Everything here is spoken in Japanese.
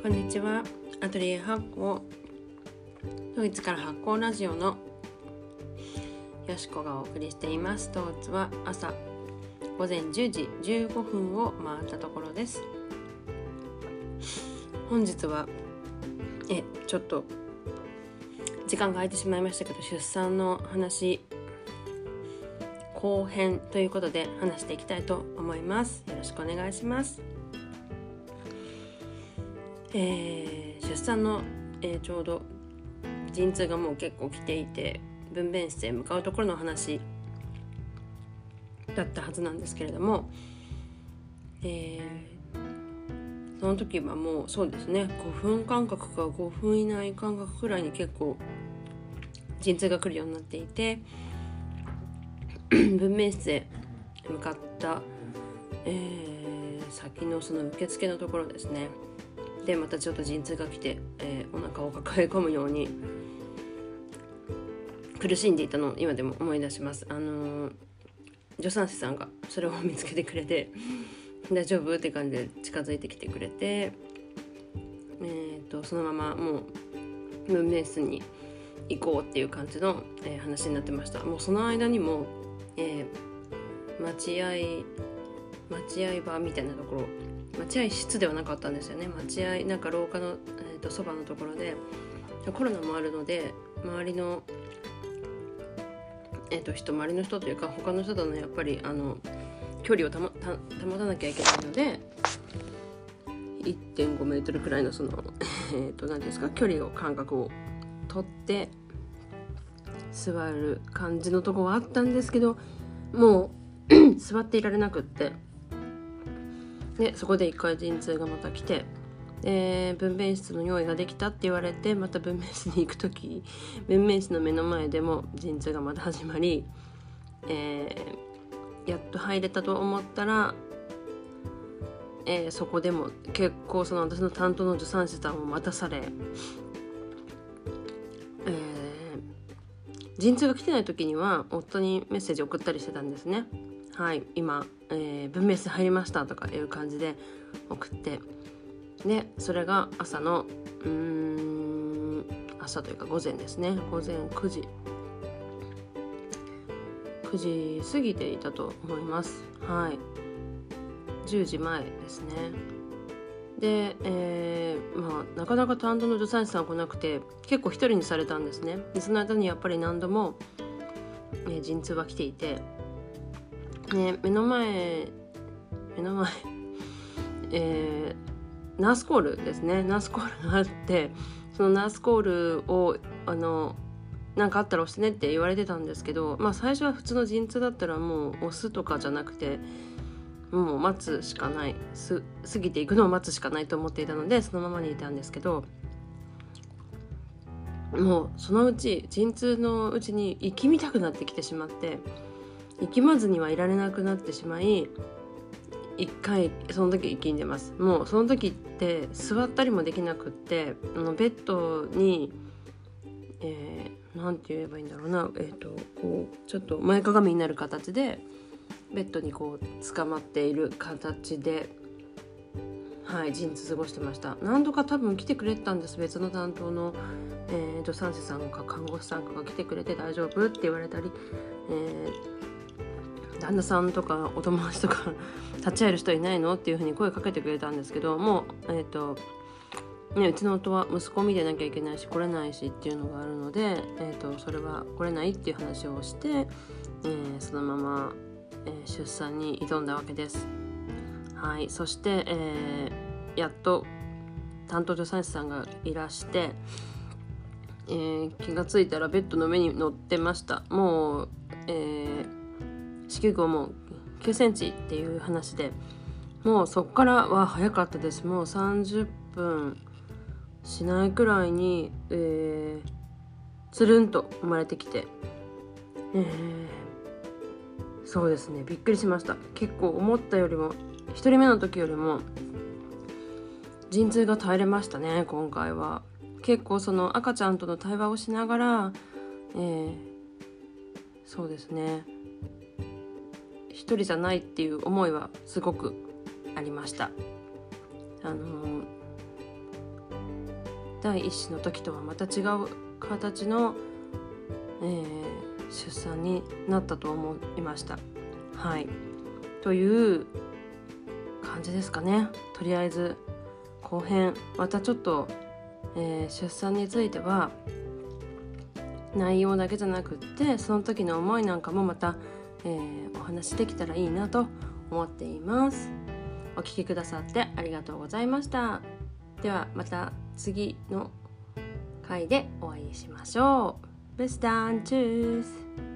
こんにちは。アトリエ発酵ドイツから発酵ラジオのよしこがお送りしています。当日は朝午前10時15分を回ったところです。本日はちょっと時間が空いてしまいましたけど、出産の話後編ということで話していきたいと思います。よろしくお願いします。出産の、ちょうど陣痛がもう結構来ていて、分娩室へ向かうところの話だったはずなんですけれども、その時はもうそうですね、5分間隔か5分以内間隔くらいに結構陣痛が来るようになっていて、分娩室へ向かった、先のその受付のところですねで、またちょっと陣痛が来て、お腹を抱え込むように苦しんでいたのを今でも思い出します。助産師さんがそれを見つけてくれて大丈夫って感じで近づいてきてくれて、そのままもう分娩室に行こうっていう感じの、話になってました。もうその間にも、待合場みたいなところ、待合室ではなかったんですよね。なんか廊下の、そばのところでコロナもあるので、周りの人というか他の人とのやっぱり距離を保たなきゃいけないので、1.5 メートルくらいのその何ですか、距離を間隔を取って座る感じのところはあったんですけど、もう座っていられなくって、でそこで一回陣痛がまた来て、分娩室の用意ができたって言われて、また分娩室に行くとき、分娩室の目の前でも陣痛がまた始まり、やっと入れたと思ったら、そこでも結構その私の担当の助産師さんを待たされ、陣痛が来てない時には夫にメッセージ送ったりしてたんですね。はい、今、分娩室入りましたとかいう感じで送って、でそれが朝の朝というか午前ですね、午前9時過ぎていたと思います。はい、10時前ですね。で、なかなか担当の助産師さん来なくて、結構一人にされたんですね。でその間にやっぱり何度も、陣痛は来ていて、目の前、ナースコールですね。ナースコールがあって、そのナースコールをなんかあったら押してねって言われてたんですけど、最初は普通の陣痛だったらもう押すとかじゃなくて、もう待つしかない、過ぎていくのを待つしかないと思っていたので、そのままにいたんですけど、もうそのうち陣痛のうちに息みたくなってきてしまって、息まずにはいられなくなってしまい、一回その時息んでます。もうその時って座ったりもできなくって、ベッドになんて言えばいいんだろうな、こうちょっと前かがみになる形でベッドにこう捕まっている形で、陣痛過ごしてました。何度か多分来てくれてたんです。別の担当の、助産師さんか看護師さんかが来てくれて、大丈夫って言われたり、旦那さんとかお友達とか立ち会える人いないのっていう風に声かけてくれたんですけど、もううちの夫は息子見てなきゃいけないし来れないしっていうのがあるので、それは来れないっていう話をして、そのまま、出産に挑んだわけです。はい、そして、やっと担当助産師さんがいらして、気がついたらベッドの上に乗ってました。もう、子宮口も9センチっていう話で、もうそっからは早かったです。もう30分しないくらいに、つるんと生まれてきて、そうですね、びっくりしました。結構思ったよりも、1人目の時よりも陣痛が耐えれましたね。今回は結構その赤ちゃんとの対話をしながら、そうですね、一人じゃないっていう思いはすごくありました。 第一子の時とはまた違う形の、出産になったと思いました。はい、という感じですかね。とりあえず後編またちょっと、出産については内容だけじゃなくってその時の思いなんかもまた、お話できたらいいなと思っています。お聞きくださってありがとうございました。ではまた次の回でお会いしましょう。Bis dann, tschüss.